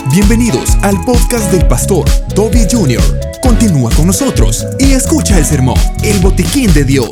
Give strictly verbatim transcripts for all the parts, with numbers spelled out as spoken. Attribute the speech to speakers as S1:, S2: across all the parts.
S1: Bienvenidos al podcast del pastor Toby junior Continúa con nosotros y escucha el sermón, El Botiquín de Dios.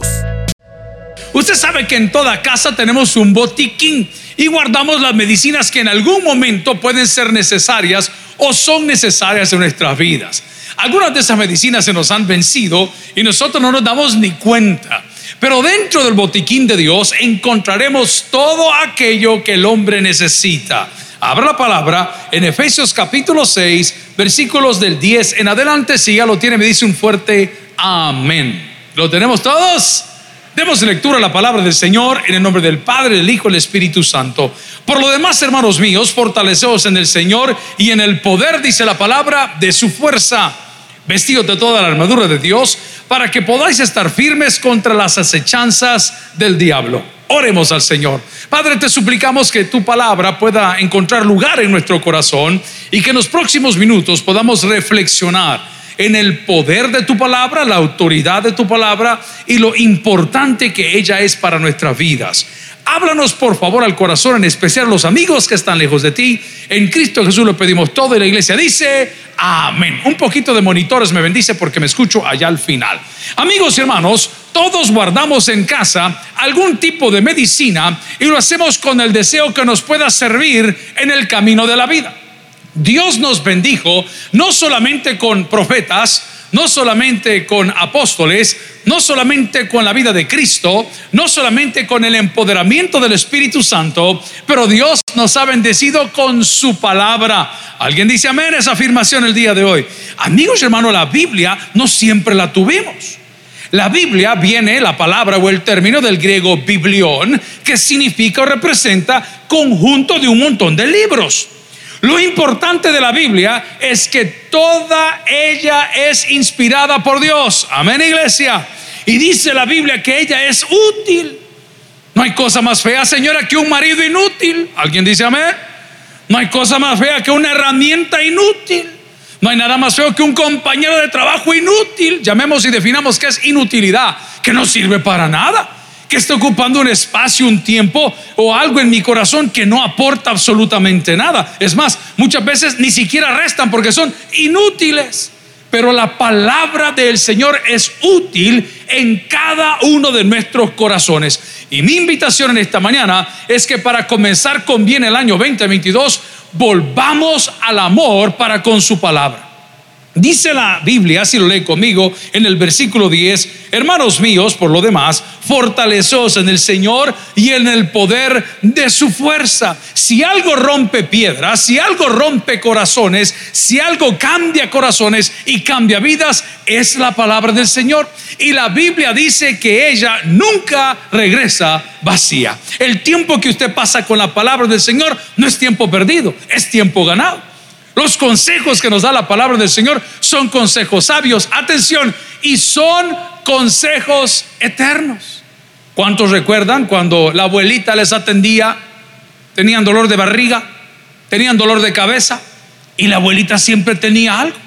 S2: Usted sabe que en toda casa tenemos un botiquín y guardamos las medicinas que en algún momento pueden ser necesarias o son necesarias en nuestras vidas. Algunas de esas medicinas se nos han vencido y nosotros no nos damos ni cuenta. Pero dentro del botiquín de Dios encontraremos todo aquello que el hombre necesita. Abra la palabra en Efesios capítulo seis, versículos del diez en adelante. Si ya lo tiene, me dice un fuerte amén. ¿Lo tenemos todos? Demos lectura a la palabra del Señor en el nombre del Padre, del Hijo y del Espíritu Santo. Por lo demás, hermanos míos, fortaleceos en el Señor y en el poder, dice la palabra, de su fuerza, vestidos de toda la armadura de Dios, para que podáis estar firmes contra las acechanzas del diablo. Oremos al Señor. Padre, te suplicamos que tu palabra pueda encontrar lugar en nuestro corazón y que en los próximos minutos podamos reflexionar en el poder de tu palabra, la autoridad de tu palabra y lo importante que ella es para nuestras vidas. Háblanos por favor al corazón, en especial a los amigos que están lejos de ti. En Cristo Jesús lo pedimos todo y la iglesia dice amén. Un poquito de monitores me bendice porque me escucho allá al final. Amigos y hermanos, todos guardamos en casa algún tipo de medicina y lo hacemos con el deseo que nos pueda servir en el camino de la vida. Dios nos bendijo no solamente con profetas, no solamente con apóstoles, no solamente con la vida de Cristo, no solamente con el empoderamiento del Espíritu Santo, pero Dios nos ha bendecido con su palabra. ¿Alguien dice amén esa afirmación el día de hoy? Amigos y hermanos, la Biblia no siempre la tuvimos. La Biblia viene, la palabra o el término del griego biblión, que significa o representa conjunto de un montón de libros. Lo importante de la Biblia es que toda ella es inspirada por Dios. Amén, iglesia. Y dice la Biblia que ella es útil. No hay cosa más fea, señora, que un marido inútil. ¿Alguien dice amén? No hay cosa más fea que una herramienta inútil. No hay nada más feo que un compañero de trabajo inútil. Llamemos y definamos qué es inutilidad, que no sirve para nada, que está ocupando un espacio, un tiempo o algo en mi corazón que no aporta absolutamente nada. Es más, muchas veces ni siquiera restan porque son inútiles. Pero la palabra del Señor es útil en cada uno de nuestros corazones. Y mi invitación en esta mañana es que para comenzar con bien el año veinte veintidós, volvamos al amor para con su palabra. Dice la Biblia, si lo lee conmigo, en el versículo diez: hermanos míos, por lo demás, fortaleceos en el Señor y en el poder de su fuerza. Si algo rompe piedras, si algo rompe corazones, si algo cambia corazones y cambia vidas, es la palabra del Señor. Y la Biblia dice que ella nunca regresa vacía. El tiempo que usted pasa con la palabra del Señor no es tiempo perdido, es tiempo ganado. Los consejos que nos da la palabra del Señor son consejos sabios, atención, y son consejos eternos. ¿Cuántos recuerdan cuando la abuelita les atendía? Tenían dolor de barriga, tenían dolor de cabeza, y la abuelita siempre tenía algo.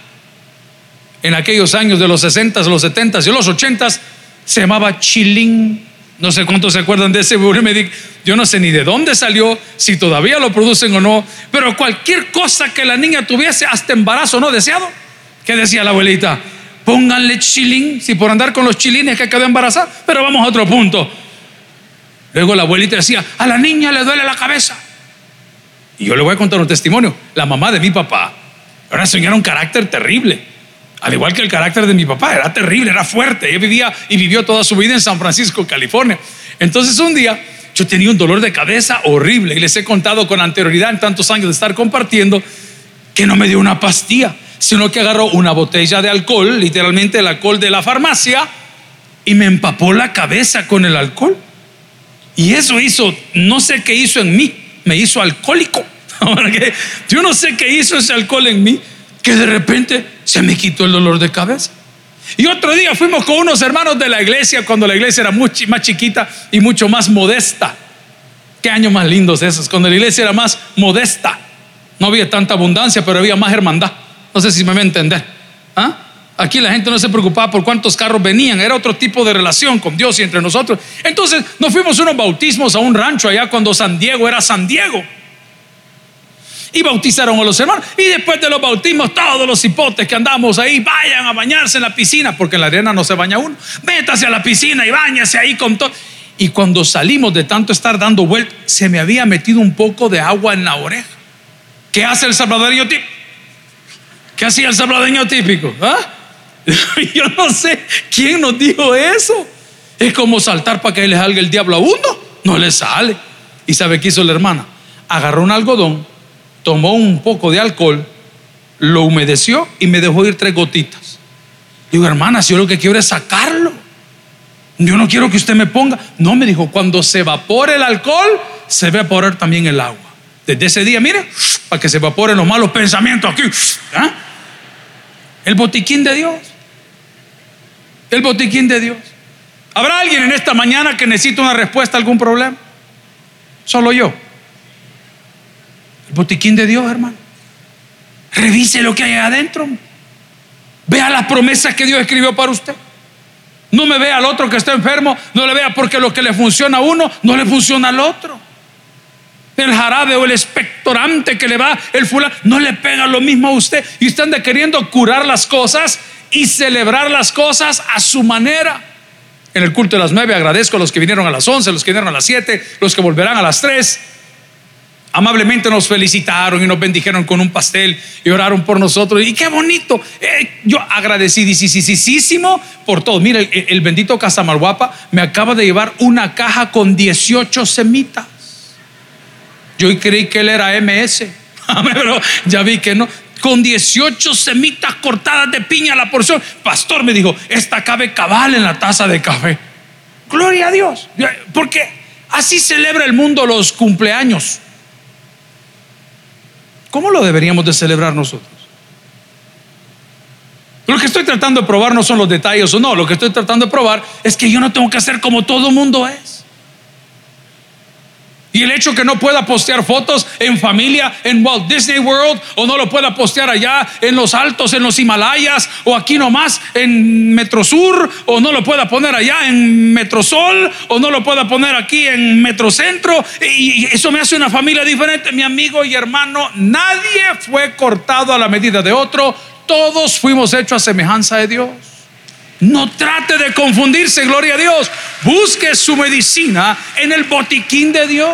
S2: En aquellos años de los sesentas, los setentas y los ochentas se llamaba chilín. No sé cuántos se acuerdan de ese médico. Yo no sé ni de dónde salió, si todavía lo producen o no, pero cualquier cosa que la niña tuviese, hasta embarazo no deseado, ¿qué decía la abuelita? Pónganle chilín, si por andar con los chilines que quedó embarazada. Pero vamos a otro punto. Luego la abuelita decía, a la niña le duele la cabeza. Y yo le voy a contar un testimonio. La mamá de mi papá era una señora, un carácter terrible, al igual que el carácter de mi papá. Era terrible, era fuerte. Ella vivía y vivió toda su vida en San Francisco, California. Entonces un día yo tenía un dolor de cabeza horrible y les he contado con anterioridad, en tantos años de estar compartiendo, que no me dio una pastilla, sino que agarró una botella de alcohol, literalmente el alcohol de la farmacia, y me empapó la cabeza con el alcohol. Y eso hizo, no sé qué hizo en mí, me hizo alcohólico. Yo no sé qué hizo ese alcohol en mí, que de repente se me quitó el dolor de cabeza. Y otro día fuimos con unos hermanos de la iglesia, cuando la iglesia era mucho más chiquita y mucho más modesta. Qué años más lindos esos, cuando la iglesia era más modesta. No había tanta abundancia, pero había más hermandad. No sé si me va a entender. ¿Ah? Aquí la gente no se preocupaba por cuántos carros venían, era otro tipo de relación con Dios y entre nosotros. Entonces nos fuimos a unos bautismos a un rancho allá cuando San Diego era San Diego. Y bautizaron a los hermanos. Y después de los bautismos, todos los hipotes que andamos ahí, vayan a bañarse en la piscina, porque en la arena no se baña uno. Métase a la piscina y báñase ahí con todo. Y cuando salimos de tanto estar dando vueltas, se me había metido un poco de agua en la oreja. ¿Qué hace el salvadoreño típico? ¿Qué hacía el salvadoreño típico? ¿Ah? Yo no sé quién nos dijo eso. Es como saltar para que le salga el diablo a uno. No le sale. ¿Y sabe qué hizo la hermana? Agarró un algodón, tomó un poco de alcohol, lo humedeció y me dejó ir tres gotitas. Digo, hermana, si yo lo que quiero es sacarlo, yo no quiero que usted me ponga. No, me dijo, cuando se evapore el alcohol, se va a evaporar también el agua. Desde ese día, mire, para que se evaporen los malos pensamientos aquí. ¿Ah? El botiquín de Dios. El botiquín de Dios. ¿Habrá alguien en esta mañana que necesite una respuesta a algún problema? Solo yo. El botiquín de Dios, hermano. Revise lo que hay adentro. Vea las promesas que Dios escribió para usted. No me vea al otro que está enfermo. No le vea porque lo que le funciona a uno no le funciona al otro. El jarabe o el expectorante que le va el fulano no le pega lo mismo a usted. Y usted anda queriendo curar las cosas y celebrar las cosas a su manera. En el culto de las nueve agradezco a los que vinieron a las once, los que vinieron a las siete, los que volverán a las tres. Amablemente nos felicitaron y nos bendijeron con un pastel y oraron por nosotros. Y qué bonito. eh, Yo agradecidísimo por todo. Mira, el, el bendito Casamalguapa me acaba de llevar una caja con dieciocho semitas. Yo creí que él era M S, pero ya vi que no. Con dieciocho semitas cortadas de piña la porción. Pastor, me dijo, esta cabe cabal en la taza de café. Gloria a Dios. Porque así celebra el mundo los cumpleaños. ¿Cómo lo deberíamos de celebrar nosotros? Lo que estoy tratando de probar no son los detalles o no. Lo que estoy tratando de probar es que yo no tengo que hacer como todo mundo es. Y el hecho que no pueda postear fotos en familia en Walt Disney World, o no lo pueda postear allá en los altos, en los Himalayas, o aquí nomás en Metrosur, o no lo pueda poner allá en Metrosol, o no lo pueda poner aquí en Metrocentro, y eso me hace una familia diferente. Mi amigo y hermano, nadie fue cortado a la medida de otro. Todos fuimos hechos a semejanza de Dios. No trate de confundirse, gloria a Dios. Busque su medicina en el botiquín de Dios.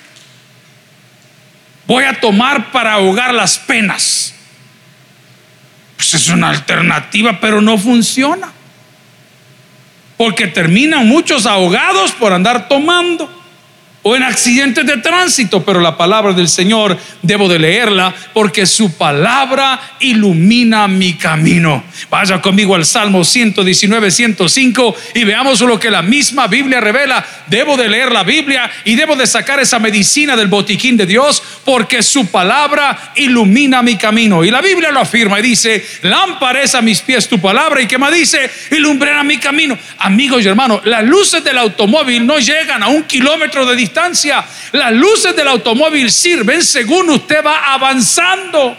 S2: Voy a tomar para ahogar las penas. Pues es una alternativa, pero no funciona. Porque terminan muchos ahogados por andar tomando, o en accidentes de tránsito. Pero la palabra del Señor debo de leerla, porque su palabra ilumina mi camino. Vaya conmigo al Salmo ciento diecinueve, ciento cinco y veamos lo que la misma Biblia revela. Debo de leer la Biblia y debo de sacar esa medicina del botiquín de Dios, porque su palabra ilumina mi camino. Y la Biblia lo afirma y dice: lámpara es a mis pies tu palabra, y que más dice, y lumbrera mi camino. Amigos y hermanos, las luces del automóvil no llegan a un kilómetro de distancia. Las luces del automóvil sirven según usted va avanzando.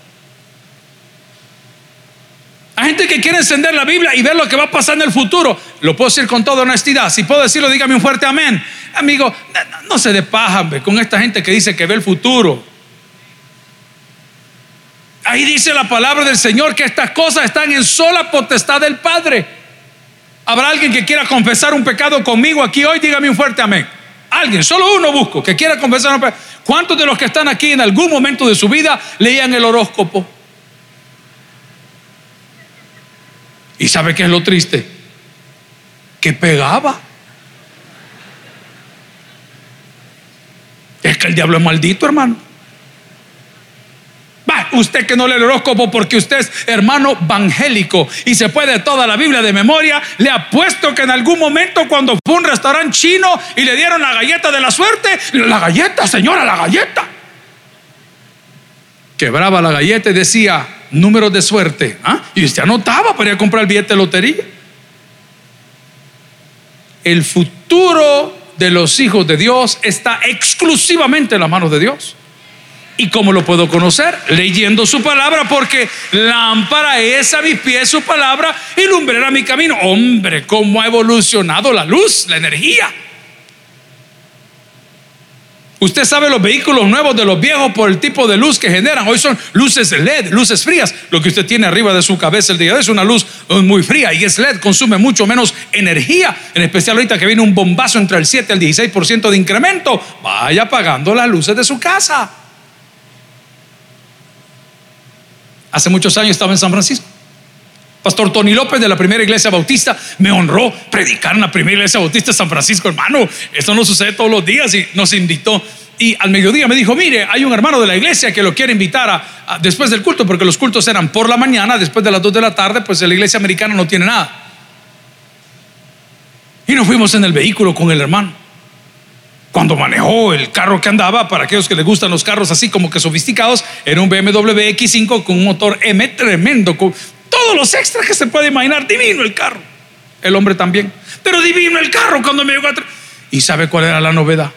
S2: Hay gente que quiere encender la Biblia y ver lo que va a pasar en el futuro. Lo puedo decir con toda honestidad. Si puedo decirlo, dígame un fuerte amén. Amigo, no, no se de paja, hombre, con esta gente que dice que ve el futuro. Ahí dice la palabra del Señor que estas cosas están en sola potestad del Padre. ¿Habrá alguien que quiera confesar un pecado conmigo aquí hoy? Dígame un fuerte amén. Alguien, solo uno busco, que quiera confesar un pecado. ¿Cuántos de los que están aquí en algún momento de su vida leían el horóscopo? ¿Y sabe qué es lo triste? Que pegaba. Es que el diablo es maldito, hermano. Va, usted que no lee el horóscopo porque usted es hermano evangélico y se puede toda la Biblia de memoria, le apuesto que en algún momento, cuando fue a un restaurante chino y le dieron la galleta de la suerte, la galleta, señora, la galleta, quebraba la galleta y decía números de suerte. ¿Ah? Y usted anotaba para ir a comprar el billete de lotería. El futuro de los hijos de Dios está exclusivamente en las manos de Dios. ¿Y cómo lo puedo conocer? Leyendo su palabra, porque lámpara es a mis pies su palabra y lumbrera mi camino. Hombre, cómo ha evolucionado la luz, la energía. Usted sabe los vehículos nuevos de los viejos por el tipo de luz que generan. Hoy son luces L E D, luces frías. Lo que usted tiene arriba de su cabeza el día de hoy es una luz muy fría y es L E D, consume mucho menos energía. En especial ahorita que viene un bombazo entre el siete y el dieciséis por ciento de incremento. Vaya apagando las luces de su casa. Hace muchos años estaba en San Francisco. Pastor Tony López de la primera iglesia bautista me honró predicar en la primera iglesia bautista de San Francisco. Hermano, esto no sucede todos los días, y nos invitó. Y al mediodía me dijo: mire, hay un hermano de la iglesia que lo quiere invitar a, a, después del culto, porque los cultos eran por la mañana. Después de las dos de la tarde, pues la iglesia americana no tiene nada. Y nos fuimos en el vehículo con el hermano. Cuando manejó el carro que andaba, para aquellos que les gustan los carros así como que sofisticados, era un B M W X cinco con un motor M tremendo, con todos los extras que se puede imaginar. Divino el carro. El hombre también, pero divino el carro cuando me llegó a... ¿Y sabe cuál era la novedad?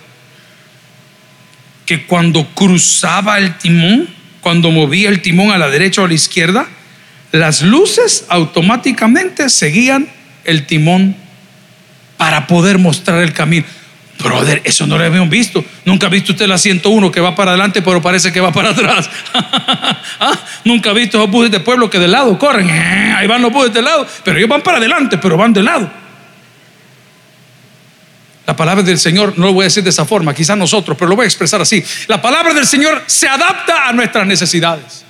S2: Que cuando cruzaba el timón, cuando movía el timón a la derecha o a la izquierda, las luces automáticamente seguían el timón para poder mostrar el camino. Brother, eso no lo habíamos visto. Nunca ha visto usted la ciento uno que va para adelante pero parece que va para atrás. ¿Ah? Nunca ha visto esos buses de pueblo que de lado corren. Ahí van los buses de lado, pero ellos van para adelante, pero van de lado. La palabra del Señor, no lo voy a decir de esa forma, quizás nosotros, pero lo voy a expresar así. La palabra del Señor se adapta a nuestras necesidades.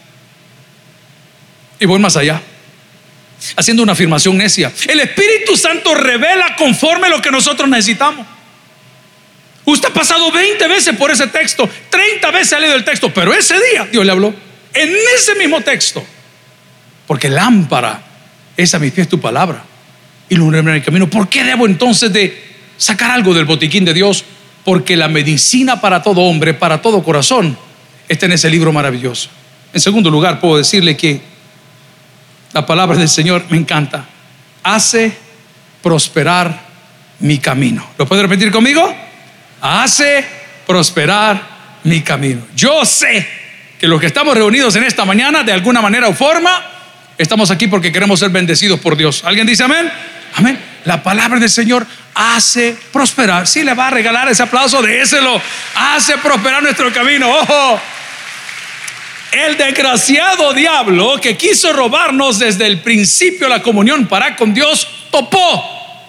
S2: Y voy más allá, haciendo una afirmación necia. El Espíritu Santo revela conforme lo que nosotros necesitamos. Usted ha pasado veinte veces por ese texto, treinta veces ha leído el texto, pero ese día Dios le habló en ese mismo texto. Porque lámpara es a mis pies tu palabra y lumbrera en el camino. ¿Por qué debo entonces de sacar algo del botiquín de Dios? Porque la medicina para todo hombre, para todo corazón, está en ese libro maravilloso. En segundo lugar, puedo decirle que la palabra del Señor me encanta. Hace prosperar mi camino. ¿Lo puede repetir conmigo? Hace prosperar mi camino. Yo sé que los que estamos reunidos en esta mañana, de alguna manera o forma, estamos aquí porque queremos ser bendecidos por Dios. ¿Alguien dice amén? Amén. La palabra del Señor hace prosperar. Si le va a regalar ese aplauso, déselo. Hace prosperar nuestro camino. Ojo, el desgraciado diablo que quiso robarnos desde el principio la comunión para con Dios, topó.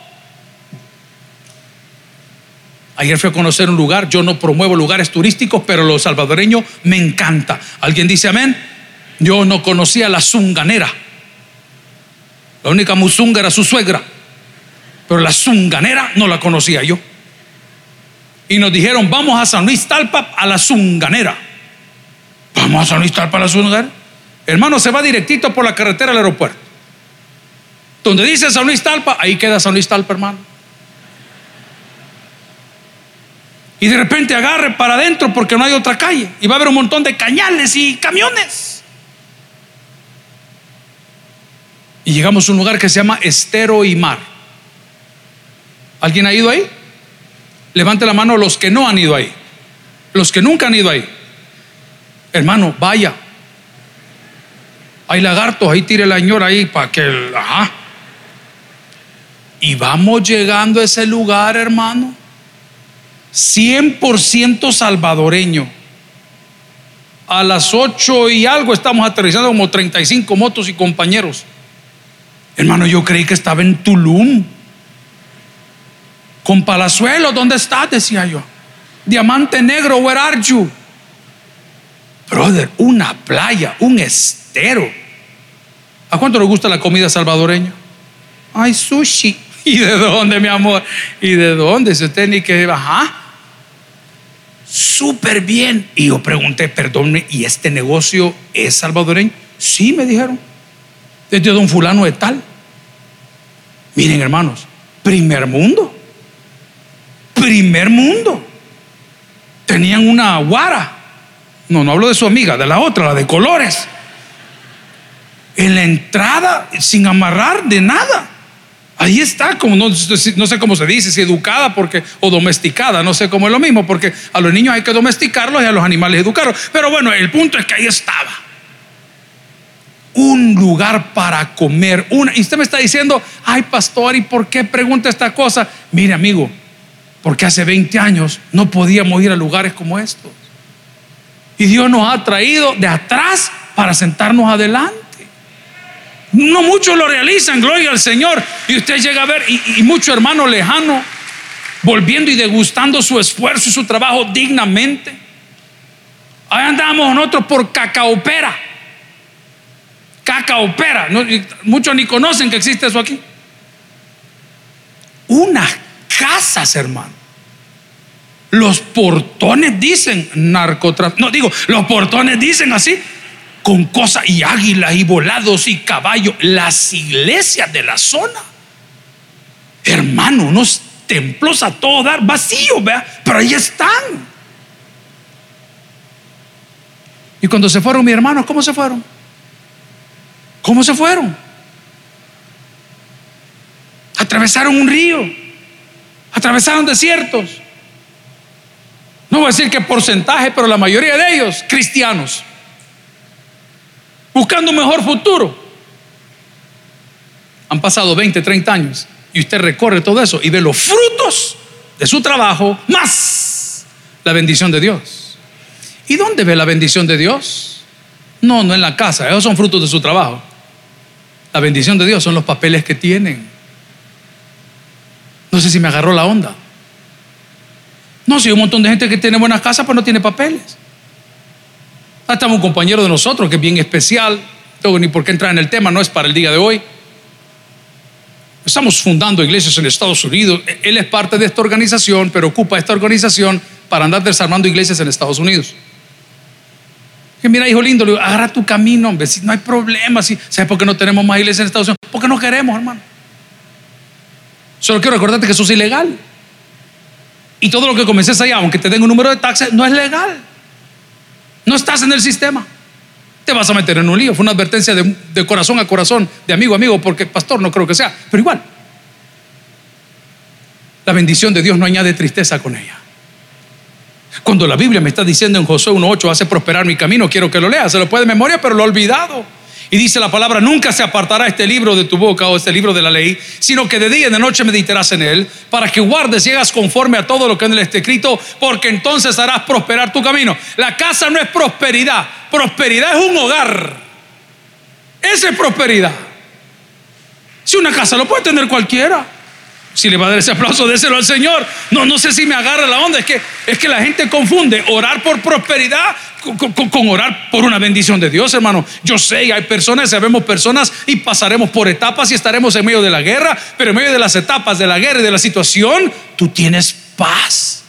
S2: Ayer fui a conocer un lugar. Yo no promuevo lugares turísticos, pero lo salvadoreño me encanta. ¿Alguien dice amén? Yo no conocía la zunganera. La única musunga era su suegra, pero la zunganera no la conocía yo. Y nos dijeron: vamos a San Luis Talpa a la zunganera. Vamos a San Luis Talpa a la zunganera. Hermano, se va directito por la carretera al aeropuerto. Donde dice San Luis Talpa, ahí queda San Luis Talpa, hermano. Y de repente agarre para adentro porque no hay otra calle y va a haber un montón de cañales y camiones. Y llegamos a un lugar que se llama Estero y Mar. ¿Alguien ha ido ahí? Levante la mano los que no han ido ahí. Los que nunca han ido ahí. Hermano, vaya. Hay lagartos, ahí tire la señora ahí para que el, ajá. Y vamos llegando a ese lugar, hermano, cien por ciento salvadoreño. A las ocho y algo estamos aterrizando, como treinta y cinco motos y compañeros. Hermano, yo creí que estaba en Tulum. Con Palazuelo, ¿dónde estás? Decía yo. Diamante Negro, where are you? Brother, una playa, un estero. ¿A cuánto le gusta la comida salvadoreña? Ay, sushi. ¿Y de dónde, mi amor? ¿Y de dónde? Si usted ni que... Ajá. Súper bien. Y yo pregunté: perdónme, ¿y este negocio es salvadoreño? Sí, me dijeron. Es de don fulano de tal. Miren, hermanos, primer mundo. Primer mundo. Tenían una guara. No, no hablo de su amiga, de la otra, la de colores. En la entrada, sin amarrar de nada. Ahí está, como no, no sé cómo se dice, si educada porque, o domesticada, no sé cómo es lo mismo, porque a los niños hay que domesticarlos y a los animales educarlos. Pero bueno, el punto es que ahí estaba. Un lugar para comer. Una, y usted me está diciendo: ay, pastor, ¿y por qué pregunta esta cosa? Mire, amigo, porque hace veinte años no podíamos ir a lugares como estos. Y Dios nos ha traído de atrás para sentarnos adelante. No muchos lo realizan, gloria al Señor. Y usted llega a ver, y, y mucho hermano lejano, volviendo y degustando su esfuerzo y su trabajo dignamente. Ahí andamos nosotros por cacaopera. Cacaopera. No, muchos ni conocen que existe eso aquí. Unas casas, hermano. Los portones dicen narcotráfico. No, digo, los portones dicen así, con cosas y águilas y volados y caballos. Las iglesias de la zona, hermano, unos templos a todo dar, vacíos, ¿vea? Pero ahí están. Y cuando se fueron mis hermanos, ¿cómo se fueron? ¿Cómo se fueron? Atravesaron un río, atravesaron desiertos. No voy a decir qué porcentaje, pero la mayoría de ellos cristianos, buscando un mejor futuro. Han pasado veinte, treinta años y usted recorre todo eso y ve los frutos de su trabajo más la bendición de Dios. ¿Y dónde ve la bendición de Dios? No, no en la casa, esos son frutos de su trabajo. La bendición de Dios son los papeles que tienen. No sé si me agarró la onda. No, si hay un montón de gente que tiene buenas casas, pero no tiene papeles. Ahí estamos un compañero de nosotros que es bien especial. No tengo ni por qué entrar en el tema, no es para el día de hoy. Estamos fundando iglesias en Estados Unidos. Él es parte de esta organización, pero ocupa esta organización para andar desarmando iglesias en Estados Unidos. Que mira, hijo lindo, le digo, agarra tu camino, hombre, si no hay problema. Si, ¿sabes por qué no tenemos más iglesias en Estados Unidos? Porque no queremos, hermano. Solo quiero recordarte que eso es ilegal. Y todo lo que comences allá, aunque te den un número de taxes, no es legal. No estás en el sistema. Te vas a meter en un lío. Fue una advertencia de, de corazón a corazón, de amigo a amigo, porque pastor no creo que sea, pero igual. La bendición de Dios no añade tristeza con ella. Cuando la Biblia me está diciendo en Josué uno ocho, hace prosperar mi camino, quiero que lo lea. Se lo puede de memoria, pero lo he olvidado. Y dice la palabra, nunca se apartará este libro de tu boca o este libro de la ley, sino que de día y de noche meditarás en él, para que guardes y hagas conforme a todo lo que en él está escrito, porque entonces harás prosperar tu camino. La casa no es prosperidad, prosperidad es un hogar. Esa es prosperidad. Si una casa lo puede tener cualquiera. Si le va a dar ese aplauso, déselo al Señor. No, no sé si me agarra la onda. Es que, es que la gente confunde orar por prosperidad con, con, con orar por una bendición de Dios, hermano. Yo sé, hay personas, sabemos personas y pasaremos por etapas y estaremos en medio de la guerra, pero en medio de las etapas de la guerra y de la situación, tú tienes paz.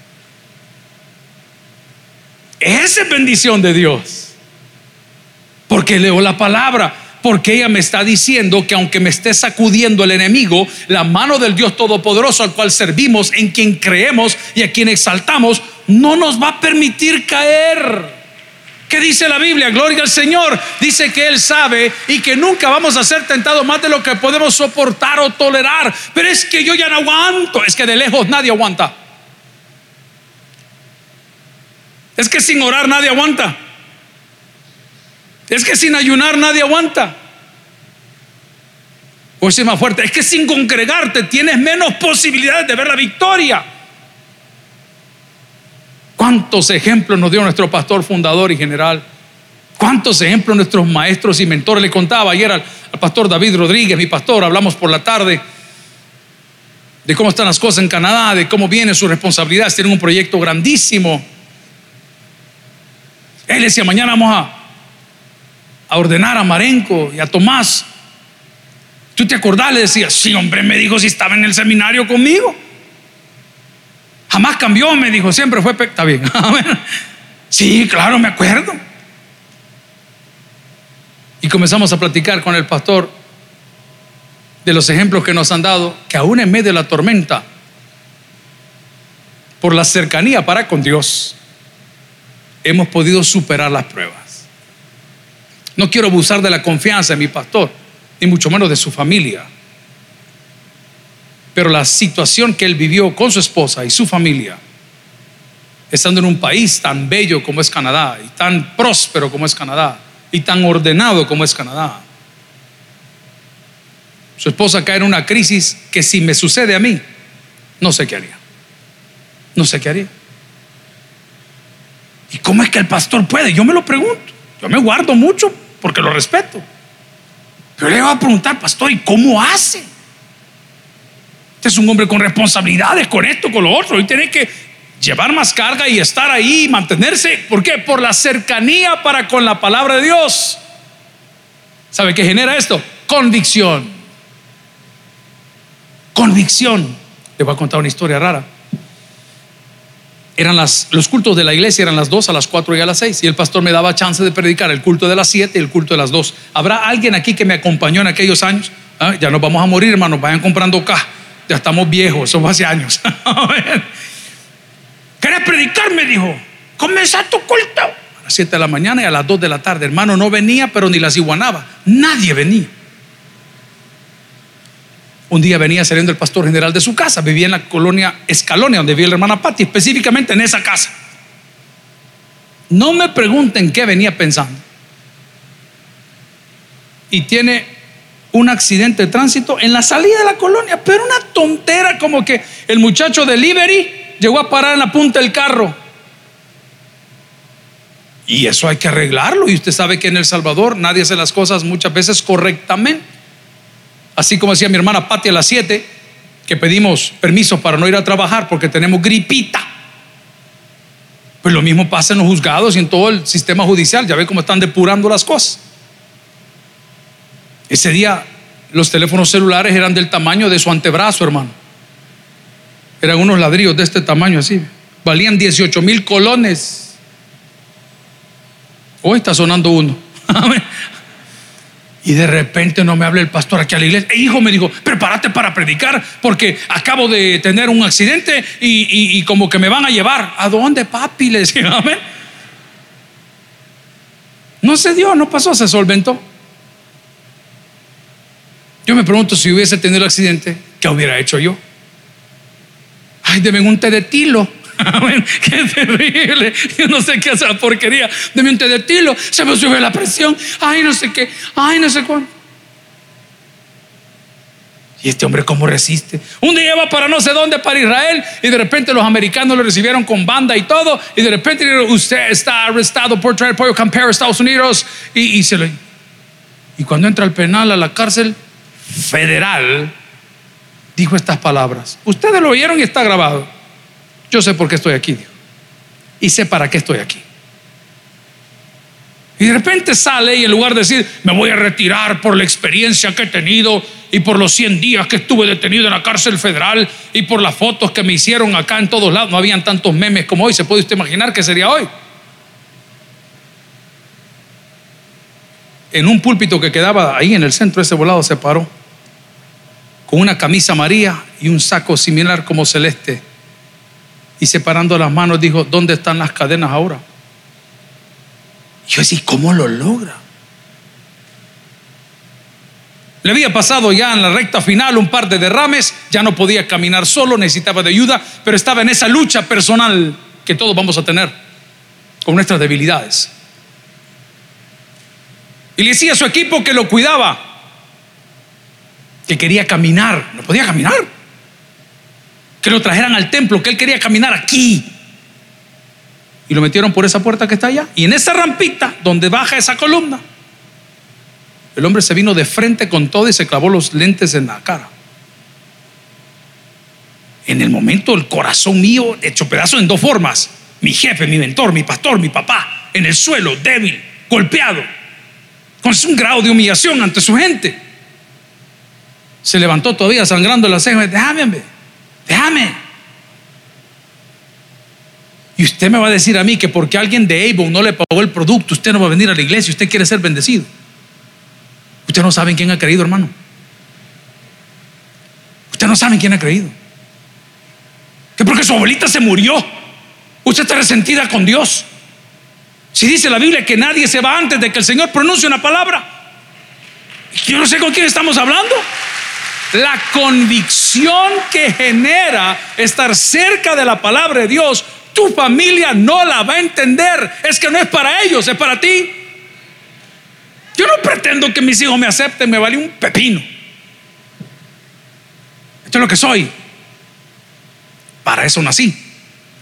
S2: Esa es bendición de Dios. Porque leo la palabra. Porque ella me está diciendo que aunque me esté sacudiendo el enemigo, la mano del Dios Todopoderoso al cual servimos, en quien creemos y a quien exaltamos, no nos va a permitir caer. ¿Qué dice la Biblia? Gloria al Señor. Dice que Él sabe y que nunca vamos a ser tentados más de lo que podemos soportar o tolerar. Pero es que yo ya no aguanto. Es que de lejos nadie aguanta. Es que sin orar nadie aguanta. Es que sin ayunar nadie aguanta. O es más fuerte, es que sin congregarte tienes menos posibilidades de ver la victoria. ¿Cuántos ejemplos nos dio nuestro pastor fundador y general? ¿Cuántos ejemplos nuestros maestros y mentores? Le contaba ayer al, al pastor David Rodríguez, mi pastor, hablamos por la tarde de cómo están las cosas en Canadá, de cómo vienen sus responsabilidades. Tienen un proyecto grandísimo. Él decía, mañana vamos a a ordenar a Marenco y a Tomás. ¿Tú te acordás? Le decía, sí, hombre, me dijo si estaba en el seminario conmigo. Jamás cambió, me dijo, siempre fue, pe- está bien. Sí, claro, me acuerdo. Y comenzamos a platicar con el pastor de los ejemplos que nos han dado, que aún en medio de la tormenta, por la cercanía para con Dios, hemos podido superar las pruebas. No quiero abusar de la confianza de mi pastor, ni mucho menos de su familia. Pero la situación que él vivió con su esposa y su familia, estando en un país tan bello como es Canadá, y tan próspero como es Canadá, y tan ordenado como es Canadá, su esposa cae en una crisis que si me sucede a mí, no sé qué haría. no sé qué haría. ¿Y cómo es que el pastor puede? Yo me lo pregunto. Yo me guardo mucho porque lo respeto. Pero le voy a preguntar, pastor, ¿y cómo hace? Este es un hombre con responsabilidades, con esto, con lo otro, y tiene que llevar más carga y estar ahí y mantenerse. ¿Por qué? Por la cercanía para con la palabra de Dios. ¿Sabe qué genera esto? Convicción. Convicción. Le voy a contar una historia rara. Eran las, los cultos de la iglesia eran las dos, a las cuatro y a las seis, y el pastor me daba chance de predicar el culto de las siete y el culto de las dos. ¿Habrá alguien aquí que me acompañó en aquellos años? ¿Ah? Ya nos vamos a morir, hermanos, vayan comprando acá. Ya estamos viejos, eso fue hace años. ¿Querés predicar? Me dijo. Comenzá tu culto a las siete de la mañana y a las dos de la tarde. Hermano, no venía, pero ni las iguanaba. Nadie venía. Un día venía saliendo el pastor general de su casa. Vivía en la colonia Escalonia, donde vivía la hermana Patti, específicamente en esa casa. No me pregunten qué venía pensando. Y tiene un accidente de tránsito en la salida de la colonia, pero una tontera, como que el muchacho delivery llegó a parar en la punta del carro. Y eso hay que arreglarlo. Y usted sabe que en El Salvador nadie hace las cosas muchas veces correctamente. Así como decía mi hermana Patti a las siete, que pedimos permiso para no ir a trabajar porque tenemos gripita. Pues lo mismo pasa en los juzgados y en todo el sistema judicial. Ya ve cómo están depurando las cosas. Ese día los teléfonos celulares eran del tamaño de su antebrazo, hermano. Eran unos ladrillos de este tamaño así. Valían dieciocho mil colones. Hoy está sonando uno. Y de repente no me habla el pastor aquí a la iglesia. E hijo, me dijo, prepárate para predicar porque acabo de tener un accidente y, y, y como que me van a llevar. ¿A dónde, papi? Le decía, amén. No se dio, no pasó, se solventó. Yo me pregunto, si hubiese tenido el accidente, ¿qué hubiera hecho yo? Ay, deme un té de tilo. Amén. Qué terrible. Yo no sé qué hace la porquería. Deme un té de tilo. Se me sube la presión. Ay, no sé qué. Ay, no sé cuándo. Y este hombre, ¿cómo resiste? Un día va para no sé dónde, para Israel, y de repente los americanos lo recibieron con banda y todo. Y de repente usted está arrestado por traer pollo campero a Estados Unidos. Y, y, se lo, y cuando entra al penal, a la cárcel federal, dijo estas palabras. Ustedes lo oyeron y está grabado. Yo sé por qué estoy aquí, dijo, y sé para qué estoy aquí. Y de repente sale y en lugar de decir, me voy a retirar por la experiencia que he tenido y por los cien días que estuve detenido en la cárcel federal y por las fotos que me hicieron acá en todos lados, no habían tantos memes como hoy. ¿Se puede usted imaginar qué sería hoy? En un púlpito que quedaba ahí en el centro, ese volado se paró con una camisa amarilla y un saco similar como celeste, y separando las manos dijo, ¿dónde están las cadenas ahora? Y yo decía, ¿cómo lo logra? Le había pasado ya en la recta final un par de derrames, ya no podía caminar solo, necesitaba de ayuda, pero estaba en esa lucha personal que todos vamos a tener con nuestras debilidades. Y le decía a su equipo que lo cuidaba, que quería caminar, no podía caminar, que lo trajeran al templo, que él quería caminar aquí. Y lo metieron por esa puerta que está allá, y en esa rampita donde baja esa columna, el hombre se vino de frente con todo y se clavó los lentes en la cara. En el momento el corazón mío hecho pedazo en dos formas. Mi jefe, mi mentor, mi pastor, mi papá, en el suelo, débil, golpeado, con un grado de humillación ante su gente. Se levantó todavía sangrando las cejas. Déjame, hombre, déjame. Y usted me va a decir a mí que porque alguien de Avon no le pagó el producto, usted no va a venir a la iglesia, usted quiere ser bendecido. Usted no sabe en quién ha creído, hermano. Usted no sabe en quién ha creído. Que porque su abuelita se murió, usted está resentida con Dios. Si dice la Biblia que nadie se va antes de que el Señor pronuncie una palabra. Yo no sé con quién estamos hablando. La convicción que genera estar cerca de la palabra de Dios, tu familia no la va a entender. Es que no es para ellos, es para ti. Yo no pretendo que mis hijos me acepten, me vale un pepino. Esto es lo que soy. Para eso nací.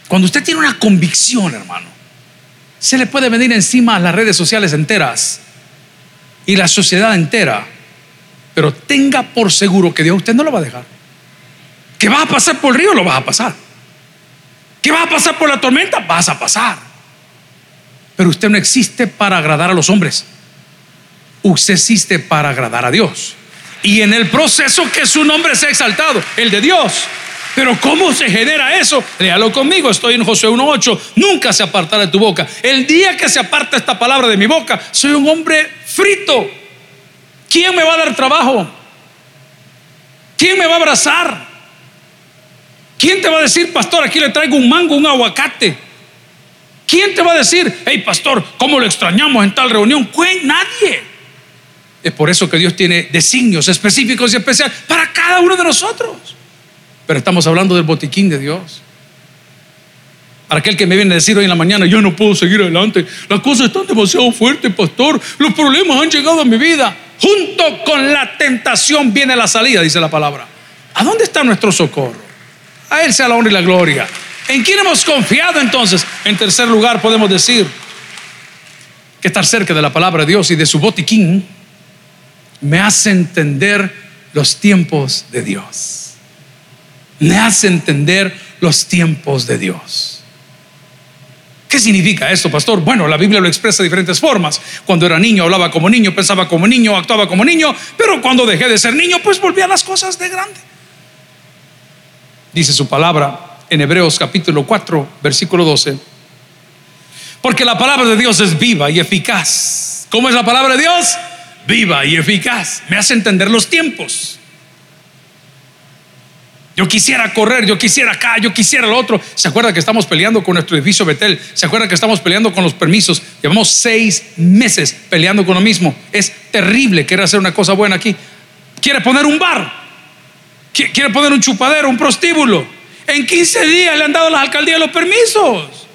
S2: Cuando usted tiene una convicción, hermano, se le puede venir encima a las redes sociales enteras y la sociedad entera, pero tenga por seguro que Dios usted no lo va a dejar. Que vas a pasar por el río, lo vas a pasar. Que vas a pasar por la tormenta, vas a pasar. Pero usted no existe para agradar a los hombres. Usted existe para agradar a Dios. Y en el proceso que su nombre sea exaltado, el de Dios. Pero ¿cómo se genera eso? Léalo conmigo, estoy en Josué uno ocho. Nunca se apartará de tu boca. El día que se aparta esta palabra de mi boca, soy un hombre frito. ¿Quién me va a dar trabajo? ¿Quién me va a abrazar? ¿Quién te va a decir, pastor, aquí le traigo un mango, un aguacate? ¿Quién te va a decir, hey, pastor, cómo lo extrañamos en tal reunión? ¿Quién? Nadie. Es por eso que Dios tiene designios específicos y especiales para cada uno de nosotros. Pero estamos hablando del botiquín de Dios. Para aquel que me viene a decir hoy en la mañana, yo no puedo seguir adelante, las cosas están demasiado fuertes, pastor, los problemas han llegado a mi vida. Junto con la tentación viene la salida, dice la palabra. ¿A dónde está nuestro socorro? A Él sea la honra y la gloria. ¿En quién hemos confiado entonces? En tercer lugar podemos decir que estar cerca de la palabra de Dios y de su botiquín me hace entender los tiempos de Dios. Me hace entender los tiempos de Dios. ¿Qué significa esto, pastor? Bueno, la Biblia lo expresa de diferentes formas. Cuando era niño hablaba como niño, pensaba como niño, actuaba como niño. Pero cuando dejé de ser niño, pues volví a las cosas de grande. Dice su palabra en Hebreos capítulo cuatro, versículo doce. Porque la palabra de Dios es viva y eficaz. ¿Cómo es la palabra de Dios? Viva y eficaz. Me hace entender los tiempos. Yo quisiera correr, yo quisiera acá, yo quisiera lo otro. ¿Se acuerda que estamos peleando con nuestro edificio Betel? ¿Se acuerda que estamos peleando con los permisos? Llevamos seis meses peleando con lo mismo. Es terrible querer hacer una cosa buena aquí. Quiere poner un bar, quiere poner un chupadero, un prostíbulo. En quince días le han dado a las alcaldías los permisos.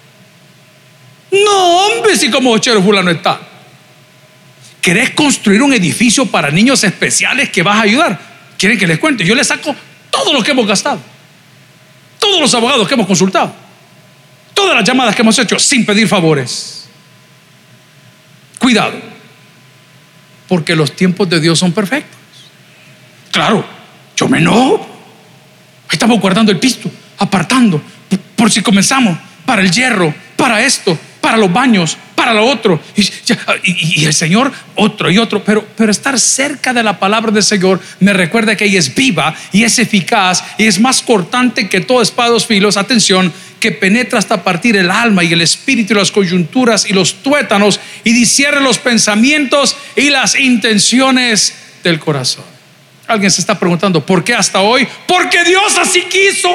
S2: No, hombre, si como ochero fulano está. ¿Querés construir un edificio para niños especiales que vas a ayudar? ¿Quieren que les cuente? Yo les saco todo lo que hemos gastado, todos los abogados que hemos consultado, todas las llamadas que hemos hecho sin pedir favores. Cuidado, porque los tiempos de Dios son perfectos. Claro, yo me enojo. Estamos guardando el pisto, apartando, por si comenzamos, para el hierro, para esto, para los baños, para lo otro, y, y, y el Señor otro y otro, pero, pero estar cerca de la palabra del Señor me recuerda que ella es viva y es eficaz y es más cortante que toda espada de dos filos, atención, que penetra hasta partir el alma y el espíritu y las coyunturas y los tuétanos y discierne los pensamientos y las intenciones del corazón. Alguien se está preguntando, ¿por qué hasta hoy? Porque Dios así quiso.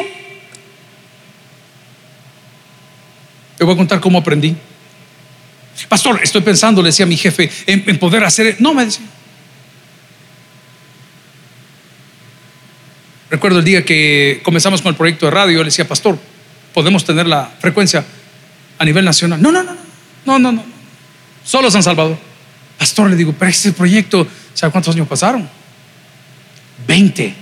S2: Te voy a contar cómo aprendí. Pastor, estoy pensando, le decía a mi jefe, en, en poder hacer. No, me decía. Recuerdo el día que comenzamos con el proyecto de radio, yo le decía, pastor, ¿podemos tener la frecuencia a nivel nacional? No, no, no, no, no, no, solo San Salvador. Pastor, le digo, pero ese proyecto, ¿sabe cuántos años pasaron? Veinte.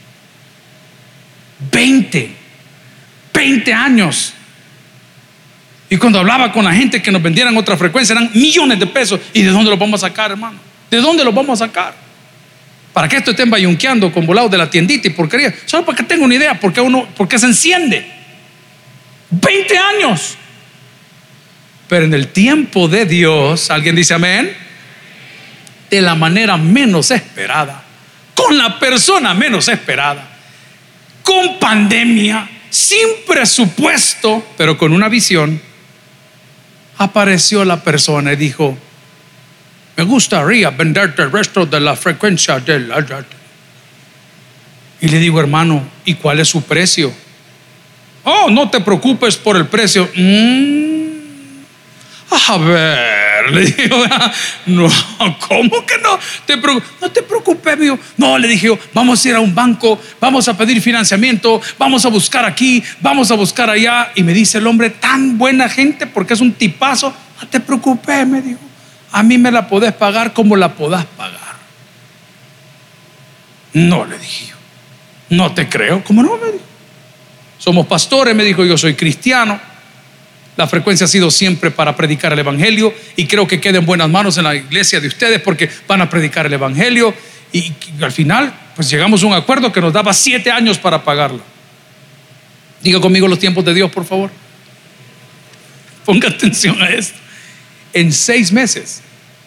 S2: Veinte. Veinte años. Y cuando hablaba con la gente que nos vendieran otra frecuencia, eran millones de pesos. ¿Y de dónde los vamos a sacar, hermano? ¿De dónde los vamos a sacar? Para que esto estén bayunqueando con volados de la tiendita y porquería. Solo para que tenga una idea, porque uno, porque se enciende. Veinte años. Pero en el tiempo de Dios, ¿alguien dice amén? De la manera menos esperada, con la persona menos esperada, con pandemia, sin presupuesto, pero con una visión, apareció la persona y dijo, me gustaría venderte el resto de la frecuencia de la... Y le digo, hermano, ¿y cuál es su precio? Oh, no te preocupes por el precio. Mm, a ver, le digo, no, ¿cómo que no? Te no te preocupes, mío. No, le dije yo, vamos a ir a un banco, vamos a pedir financiamiento, vamos a buscar aquí, vamos a buscar allá. Y me dice el hombre, tan buena gente, porque es un tipazo. No te preocupes, me dijo, a mí me la podés pagar como la podás pagar. No, le dije yo, no te creo. ¿Cómo no? Me dijo, Somos pastores, me dijo, yo soy cristiano. La frecuencia ha sido siempre para predicar el evangelio y creo que queda en buenas manos en la iglesia de ustedes porque van a predicar el evangelio y, y al final pues llegamos a un acuerdo que nos daba siete años para pagarla. Diga conmigo los tiempos de Dios, por favor. Ponga atención a esto. En seis meses,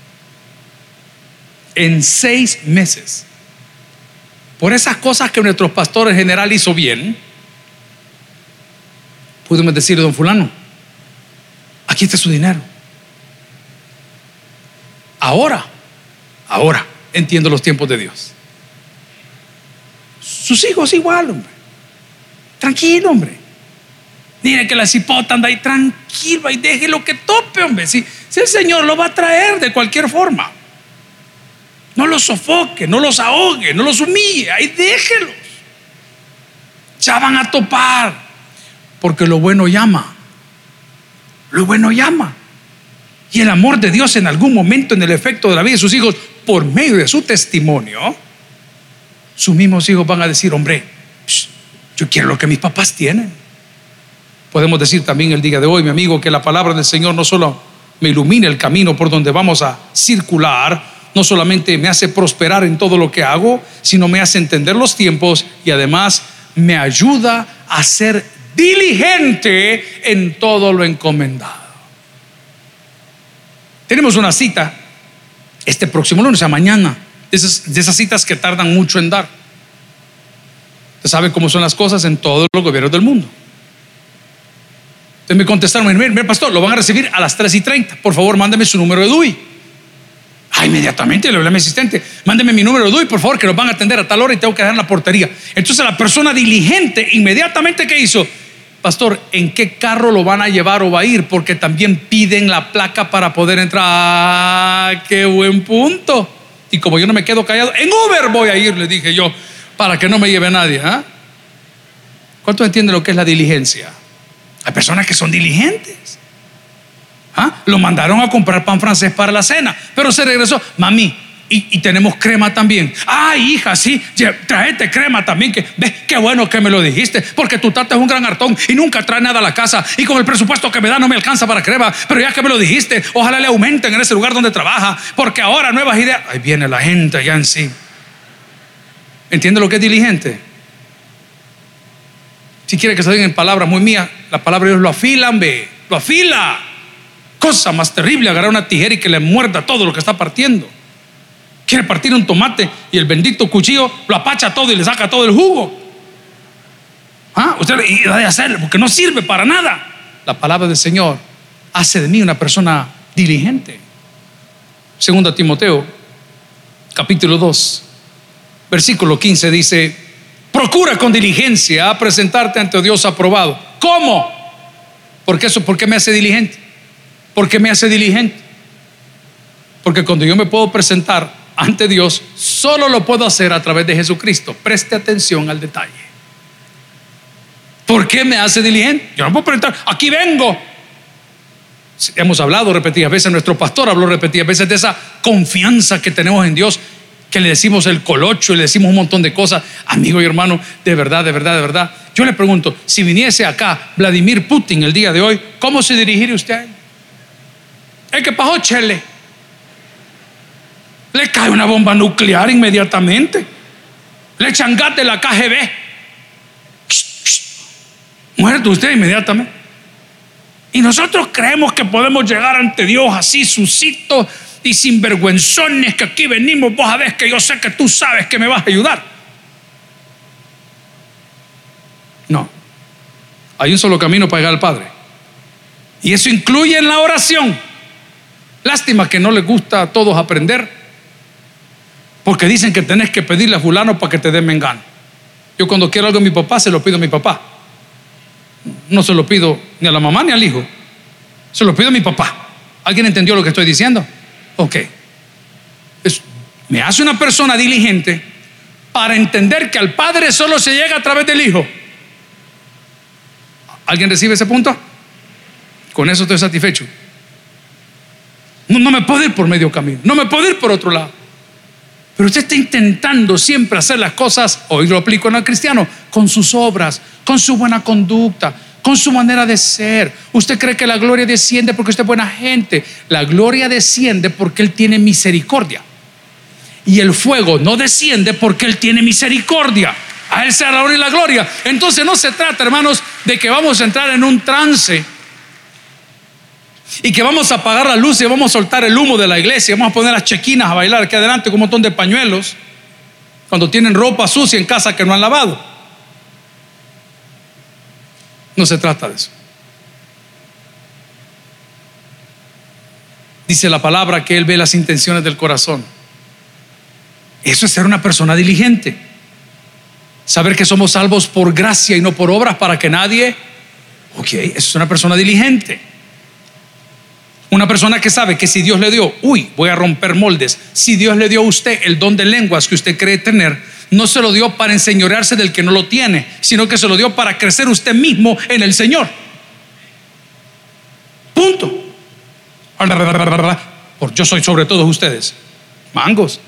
S2: en seis meses, por esas cosas que nuestro pastor en general hizo bien, pudimos decirle, don fulano, aquí está su dinero. Ahora, ahora entiendo los tiempos de Dios. Sus hijos igual, hombre. Tranquilo, hombre. Mire que la cipota anda ahí tranquilo y déjelo que tope, hombre. Si, si el Señor lo va a traer de cualquier forma. No los sofoque, no los ahogue, no los humille. Ahí déjelos. Ya van a topar. Porque lo bueno llama. Lo bueno llama. Y el amor de Dios en algún momento en el efecto de la vida de sus hijos, por medio de su testimonio, sus mismos hijos van a decir, hombre, yo quiero lo que mis papás tienen. Podemos decir también el día de hoy, mi amigo, que la palabra del Señor no solo me ilumina el camino por donde vamos a circular, no solamente me hace prosperar en todo lo que hago, sino me hace entender los tiempos y además me ayuda a ser diligente en todo lo encomendado. Tenemos una cita este próximo lunes, a mañana, de esas, de esas citas que tardan mucho en dar. Usted sabe cómo son las cosas en todos los gobiernos del mundo. Entonces me contestaron, mire, mire pastor, lo van a recibir a las tres y treinta. Por favor, mándeme su número de D U I. Ah, inmediatamente le hablé a mi asistente, mándeme mi número de D U I, por favor, que nos van a atender a tal hora y tengo que dejar en la portería. Entonces la persona diligente, inmediatamente, ¿qué hizo? Pastor, ¿en qué carro lo van a llevar o va a ir? Porque también piden la placa para poder entrar. ¡Ah, qué buen punto! Y como yo no me quedo callado, en Uber voy a ir, le dije yo, para que no me lleve nadie. ¿eh? ¿Cuántos entienden lo que es la diligencia? Hay personas que son diligentes. ¿Ah? Lo mandaron a comprar pan francés para la cena, pero se regresó, mami, y, y tenemos crema también. Ay, hija, sí, tráete crema también, que ves, qué bueno que me lo dijiste, porque tu tata es un gran hartón y nunca trae nada a la casa, y con el presupuesto que me da no me alcanza para crema, pero ya que me lo dijiste, ojalá le aumenten en ese lugar donde trabaja, porque ahora nuevas ideas. Ahí viene la gente ya en sí. ¿Entiende lo que es diligente? Si quiere que se digan en palabras muy mías, la palabra de Dios lo afilan, ve, lo afila. Cosa más terrible, agarrar una tijera y que le muerda todo lo que está partiendo. Quiere partir un tomate y el bendito cuchillo lo apacha todo y le saca todo el jugo. ¿Ah? Usted y va a hacerlo porque no sirve para nada. La palabra del Señor hace de mí una persona diligente. Segunda Timoteo, capítulo dos, versículo quince dice: procura con diligencia presentarte ante Dios aprobado. ¿Cómo? Porque eso, ¿por qué me hace diligente? ¿Por qué me hace diligente? Porque cuando yo me puedo presentar ante Dios, solo lo puedo hacer a través de Jesucristo. Preste atención al detalle. ¿Por qué me hace diligente? Yo no puedo presentar, aquí vengo. Hemos hablado repetidas veces, nuestro pastor habló repetidas veces de esa confianza que tenemos en Dios, que le decimos el colocho y le decimos un montón de cosas. Amigo y hermano, de verdad, de verdad, de verdad, yo le pregunto, si viniese acá Vladimir Putin el día de hoy, ¿cómo se dirigiría usted a él? El que pasó, chele, le cae una bomba nuclear inmediatamente, le echan gas de la K G B, muerto usted inmediatamente. Y nosotros creemos que podemos llegar ante Dios así, sucitos y sinvergüenzones, que aquí venimos, vos sabés que yo sé que tú sabes que me vas a ayudar. No, hay un solo camino para llegar al Padre, y eso incluye en la oración. Lástima que no les gusta a todos aprender, porque dicen que tenés que pedirle a fulano para que te dé mengano. Yo cuando quiero algo a mi papá, se lo pido a mi papá. No se lo pido ni a la mamá ni al hijo, se lo pido a mi papá. ¿Alguien entendió lo que estoy diciendo? Ok. Es, me hace una persona diligente para entender que al Padre solo se llega a través del Hijo. ¿Alguien recibe ese punto? Con eso estoy satisfecho. No, no me puedo ir por medio camino, no me puedo ir por otro lado. Pero usted está intentando siempre hacer las cosas, hoy lo aplico en el cristiano, con sus obras, con su buena conducta, con su manera de ser. Usted cree que la gloria desciende porque usted es buena gente. La gloria desciende porque Él tiene misericordia. Y el fuego no desciende porque Él tiene misericordia. A Él sea la honra y la gloria. Entonces no se trata, hermanos, de que vamos a entrar en un trance y que vamos a apagar la luz y vamos a soltar el humo de la iglesia. Vamos a poner las chequinas a bailar aquí adelante con un montón de pañuelos cuando tienen ropa sucia en casa que no han lavado. No se trata de eso. Dice la palabra que Él ve las intenciones del corazón. Eso es ser una persona diligente. Saber que somos salvos por gracia y no por obras para que nadie. Ok, eso es una persona diligente. Una persona que sabe que si Dios le dio, uy, voy a romper moldes. Si Dios le dio a usted el don de lenguas que usted cree tener, no se lo dio para enseñorearse del que no lo tiene, sino que se lo dio para crecer usted mismo en el Señor. Punto. Por yo soy sobre todos ustedes. Mangos.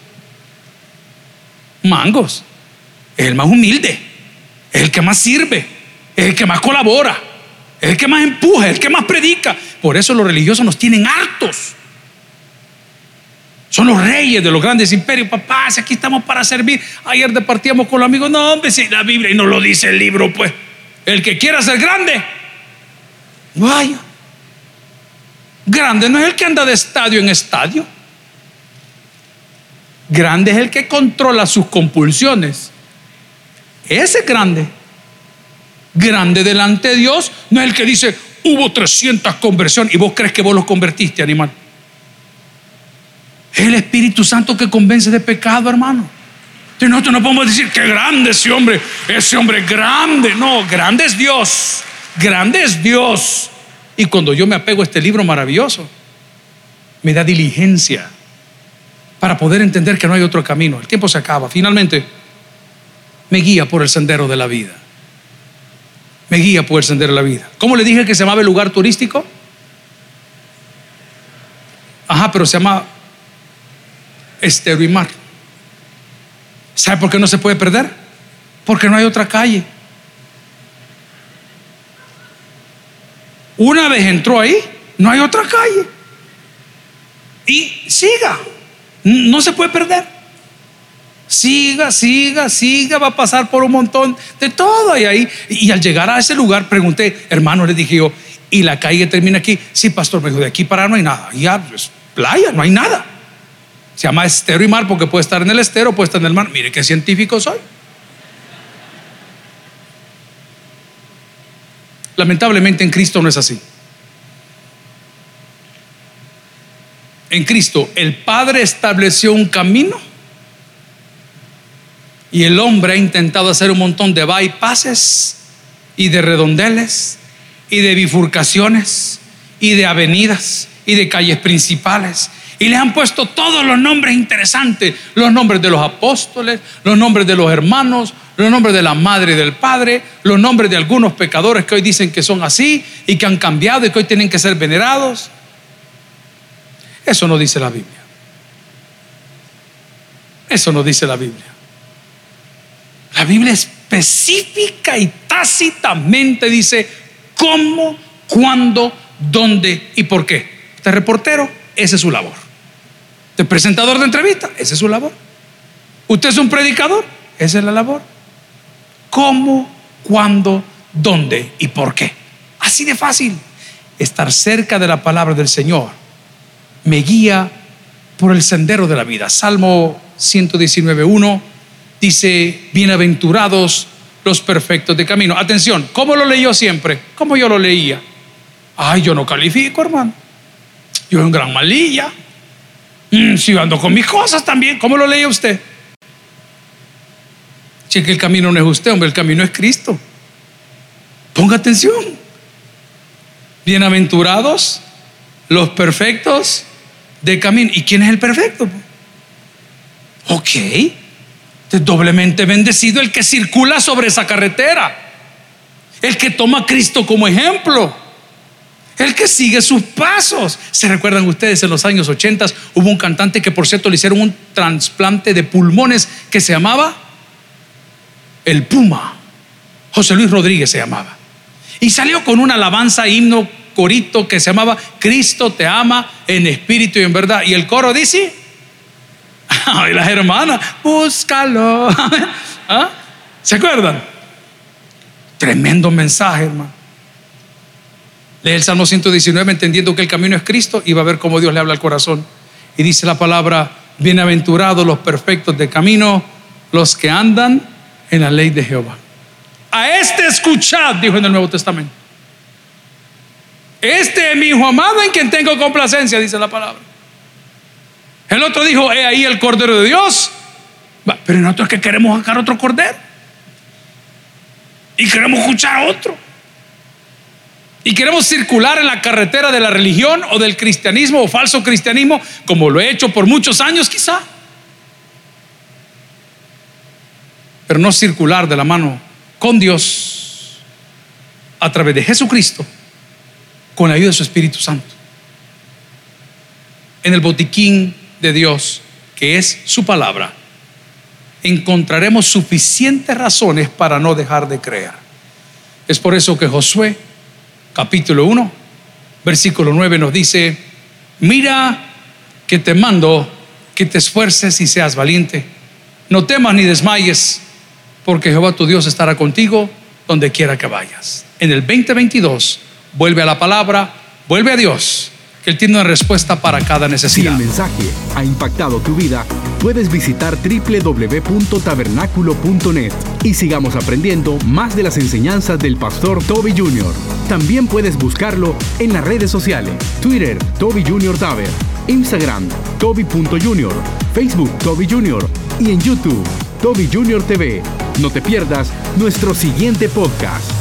S2: Mangos. Es el más humilde, es el que más sirve, es el que más colabora, es el que más empuja, es el que más predica. Por eso los religiosos nos tienen hartos. Son los reyes de los grandes imperios. Papá, si aquí estamos para servir. Ayer departíamos con los amigos. No, hombre, si la Biblia y no lo dice el libro, pues. El que quiera ser grande, vaya. Grande no es el que anda de estadio en estadio. Grande es el que controla sus compulsiones. Ese es grande. Grande delante de Dios no es el que dice: hubo trescientas conversiones y vos crees que vos los convertiste, animal. Es el Espíritu Santo que convence de pecado, hermano. Entonces nosotros no podemos decir: qué grande ese hombre, ese hombre es grande. No, grande es Dios. Grande es Dios. Y cuando yo me apego a este libro maravilloso, me da diligencia para poder entender que no hay otro camino. El tiempo se acaba. Finalmente me guía por el sendero de la vida. Me guía por el sendero de la vida. ¿Cómo le dije que se llamaba el lugar turístico? Ajá, pero se llama Estero y Mar. ¿Sabe por qué no se puede perder? Porque no hay otra calle. Una vez entró ahí, no hay otra calle. Y siga, no se puede perder. Siga, siga, siga, va a pasar por un montón de todo y ahí. Y al llegar a ese lugar pregunté: hermano, le dije yo, ¿y la calle termina aquí? Sí, pastor, me dijo: de aquí para no hay nada. Ya, pues, playa, no hay nada. Se llama Estero y Mar porque puede estar en el estero, puede estar en el mar. Mire qué científico soy. Lamentablemente en Cristo no es así. En Cristo el Padre estableció un camino y el hombre ha intentado hacer un montón de bypasses y de redondeles y de bifurcaciones y de avenidas y de calles principales, y les han puesto todos los nombres interesantes: los nombres de los apóstoles, los nombres de los hermanos, los nombres de la madre y del padre, los nombres de algunos pecadores que hoy dicen que son así y que han cambiado y que hoy tienen que ser venerados. Eso no dice la Biblia. Eso no dice la Biblia. La Biblia específica y tácitamente dice cómo, cuándo, dónde y por qué. Este reportero, esa es su labor. Este presentador de entrevista, esa es su labor. Usted es un predicador, esa es la labor. ¿Cómo, cuándo, dónde y por qué? Así de fácil. Estar cerca de la palabra del Señor me guía por el sendero de la vida. Salmo ciento diecinueve, uno dice: bienaventurados los perfectos de camino. Atención, ¿cómo lo leyó siempre? ¿Cómo yo lo leía? Ay, yo no califico, hermano. Yo soy un gran malilla. Mm, si ando con mis cosas también. ¿Cómo lo leía usted? Si que el camino no es usted, hombre, el camino es Cristo. Ponga atención. Bienaventurados los perfectos de camino. ¿Y quién es el perfecto? Ok. Es doblemente bendecido el que circula sobre esa carretera, el que toma a Cristo como ejemplo, el que sigue sus pasos. ¿Se recuerdan ustedes? En los años ochenta hubo un cantante que, por cierto, le hicieron un trasplante de pulmones que se llamaba el Puma. José Luis Rodríguez se llamaba. Y salió con una alabanza, himno, corito que se llamaba Cristo te ama en espíritu y en verdad. Y el coro dice, y las hermanas, búscalo. ¿Ah? ¿Se acuerdan? Tremendo mensaje, hermano. Lee el Salmo ciento diecinueve, entendiendo que el camino es Cristo, y va a ver cómo Dios le habla al corazón. Y dice la palabra, bienaventurados los perfectos de camino, los que andan en la ley de Jehová. A este escuchad, dijo en el Nuevo Testamento. Este es mi hijo amado en quien tengo complacencia, dice la palabra. El otro dijo, he ahí el Cordero de Dios. Pero nosotros que queremos sacar otro cordero y queremos escuchar a otro y queremos circular en la carretera de la religión o del cristianismo o falso cristianismo, como lo he hecho por muchos años quizá, pero no circular de la mano con Dios a través de Jesucristo, con la ayuda de su Espíritu Santo, en el botiquín de Dios, que es su palabra. Encontraremos suficientes razones para no dejar de creer. Es por eso que Josué capítulo uno versículo nueve nos dice, mira que te mando que te esfuerces y seas valiente, no temas ni desmayes, porque Jehová tu Dios estará contigo donde quiera que vayas. En el veinte veintidós vuelve a la palabra, vuelve a Dios, que Él tiene una respuesta para cada necesidad.
S1: Si el mensaje ha impactado tu vida, puedes visitar doble u doble u doble u punto tabernáculo punto net y sigamos aprendiendo más de las enseñanzas del pastor Toby junior También puedes buscarlo en las redes sociales: Twitter, Toby junior Taber, Instagram, Toby punto junior, Facebook, Toby junior y en YouTube, Toby junior T V. No te pierdas nuestro siguiente podcast.